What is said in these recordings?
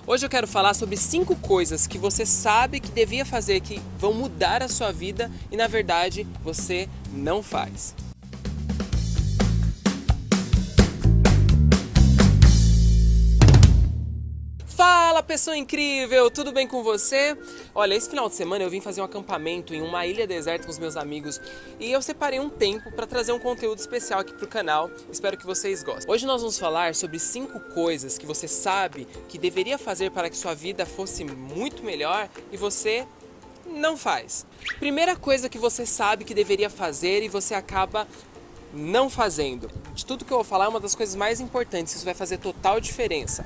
Hoje eu quero falar sobre 5 coisas que você sabe que devia fazer que vão mudar a sua vida e na verdade você não faz. Fala, pessoa incrível, tudo bem com você? Olha, esse final de semana eu vim fazer um acampamento em uma ilha deserta com os meus amigos e eu separei um tempo para trazer um conteúdo especial aqui pro canal. Espero que vocês gostem. Hoje nós vamos falar sobre 5 coisas que você sabe que deveria fazer para que sua vida fosse muito melhor e você não faz. Primeira coisa que você sabe que deveria fazer e você acaba não fazendo. De tudo que eu vou falar é uma das coisas mais importantes, isso vai fazer total diferença.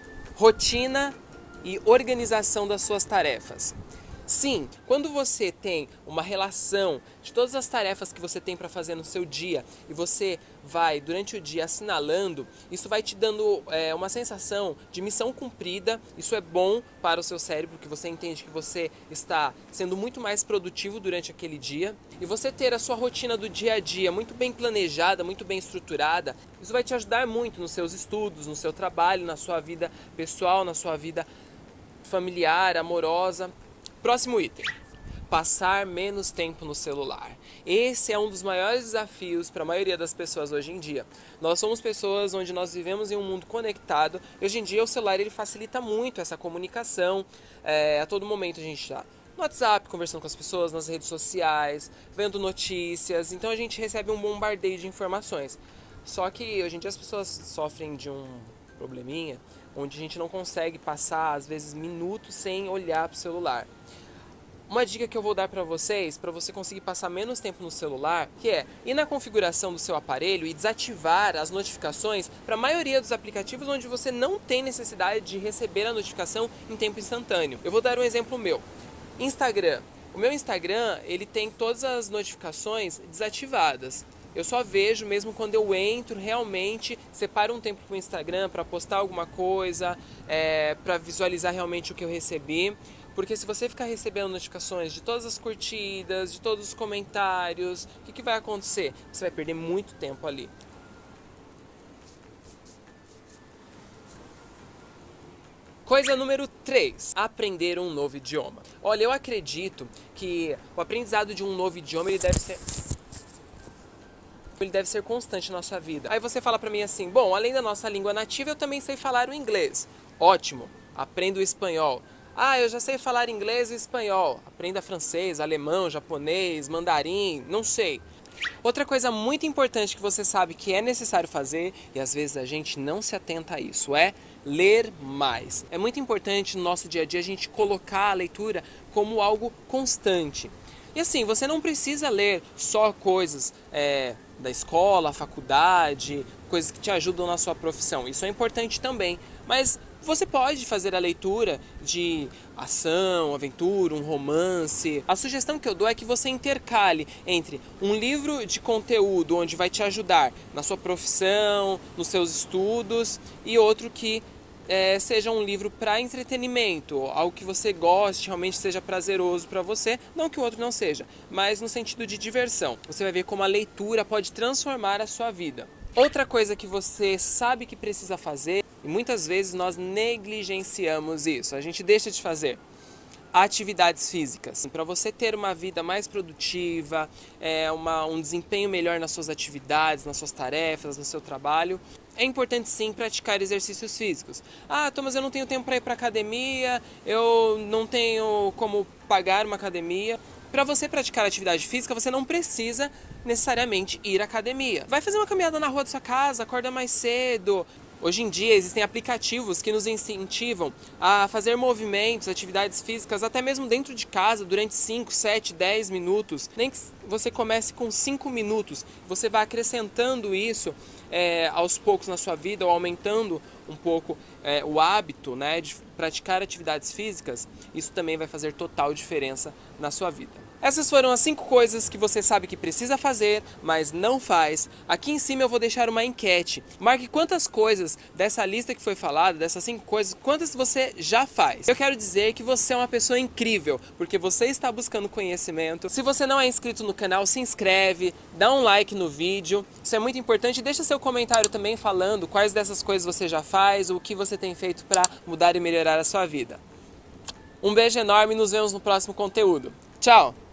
Rotina e organização das suas tarefas. Sim, quando você tem uma relação de todas as tarefas que você tem para fazer no seu dia e você vai durante o dia assinalando, isso vai te dando uma sensação de missão cumprida. Isso é bom para o seu cérebro, porque você entende que você está sendo muito mais produtivo durante aquele dia. E você ter a sua rotina do dia a dia muito bem planejada, muito bem estruturada, isso vai te ajudar muito nos seus estudos, no seu trabalho, na sua vida pessoal, na sua vida familiar, amorosa. Próximo item, passar menos tempo no celular. Esse é um dos maiores desafios para a maioria das pessoas hoje em dia. Nós somos pessoas onde nós vivemos em um mundo conectado. E hoje em dia o celular ele facilita muito essa comunicação. A todo momento a gente está no WhatsApp, conversando com as pessoas, nas redes sociais, vendo notícias. Então a gente recebe um bombardeio de informações. Só que hoje em dia as pessoas sofrem de um probleminha onde a gente não consegue passar, às vezes, minutos sem olhar para o celular. Uma dica que eu vou dar para vocês, para você conseguir passar menos tempo no celular, que é ir na configuração do seu aparelho e desativar as notificações para a maioria dos aplicativos onde você não tem necessidade de receber a notificação em tempo instantâneo. Eu vou dar um exemplo meu. Instagram. O meu Instagram, ele tem todas as notificações desativadas. Eu só vejo mesmo quando eu entro, realmente separo um tempo para o Instagram para postar alguma coisa, para visualizar realmente o que eu recebi. Porque se você ficar recebendo notificações de todas as curtidas, de todos os comentários, o que vai acontecer? Você vai perder muito tempo ali. Coisa número 3, aprender um novo idioma. Olha, eu acredito que o aprendizado de um novo idioma ele deve ser constante na sua vida. Aí você fala pra mim assim, bom, além da nossa língua nativa, eu também sei falar o inglês. Ótimo, aprenda o espanhol. Ah, eu já sei falar inglês e espanhol. Aprenda francês, alemão, japonês, mandarim, não sei. Outra coisa muito importante que você sabe que é necessário fazer, e às vezes a gente não se atenta a isso, é ler mais. É muito importante no nosso dia a dia a gente colocar a leitura como algo constante. E assim, você não precisa ler só coisas da escola, faculdade, coisas que te ajudam na sua profissão. Isso é importante também, mas você pode fazer a leitura de ação, aventura, um romance. A sugestão que eu dou é que você intercale entre um livro de conteúdo onde vai te ajudar na sua profissão, nos seus estudos, e outro que seja um livro para entretenimento, algo que você goste, realmente seja prazeroso para você, não que o outro não seja, mas no sentido de diversão. Você vai ver como a leitura pode transformar a sua vida. Outra coisa que você sabe que precisa fazer, e muitas vezes nós negligenciamos isso, a gente deixa de fazer. Atividades físicas. Para você ter uma vida mais produtiva, um desempenho melhor nas suas atividades, nas suas tarefas, no seu trabalho, é importante sim praticar exercícios físicos. Ah, Thomas, eu não tenho tempo para ir para academia, eu não tenho como pagar uma academia. Para você praticar atividade física, você não precisa necessariamente ir à academia. Vai fazer uma caminhada na rua da sua casa, acorda mais cedo. Hoje em dia existem aplicativos que nos incentivam a fazer movimentos, atividades físicas, até mesmo dentro de casa, durante 5, 7, 10 minutos. Nem que você comece com 5 minutos, você vai acrescentando isso aos poucos na sua vida, ou aumentando um pouco o hábito, né, de praticar atividades físicas. Isso também vai fazer total diferença na sua vida. Essas foram as 5 coisas que você sabe que precisa fazer, mas não faz. Aqui em cima eu vou deixar uma enquete. Marque quantas coisas dessa lista que foi falada, dessas 5 coisas, quantas você já faz. Eu quero dizer que você é uma pessoa incrível, porque você está buscando conhecimento. Se você não é inscrito no canal, se inscreve, dá um like no vídeo. Isso é muito importante. Deixa seu comentário também falando quais dessas coisas você já faz, o que você tem feito para mudar e melhorar a sua vida. Um beijo enorme e nos vemos no próximo conteúdo. Tchau!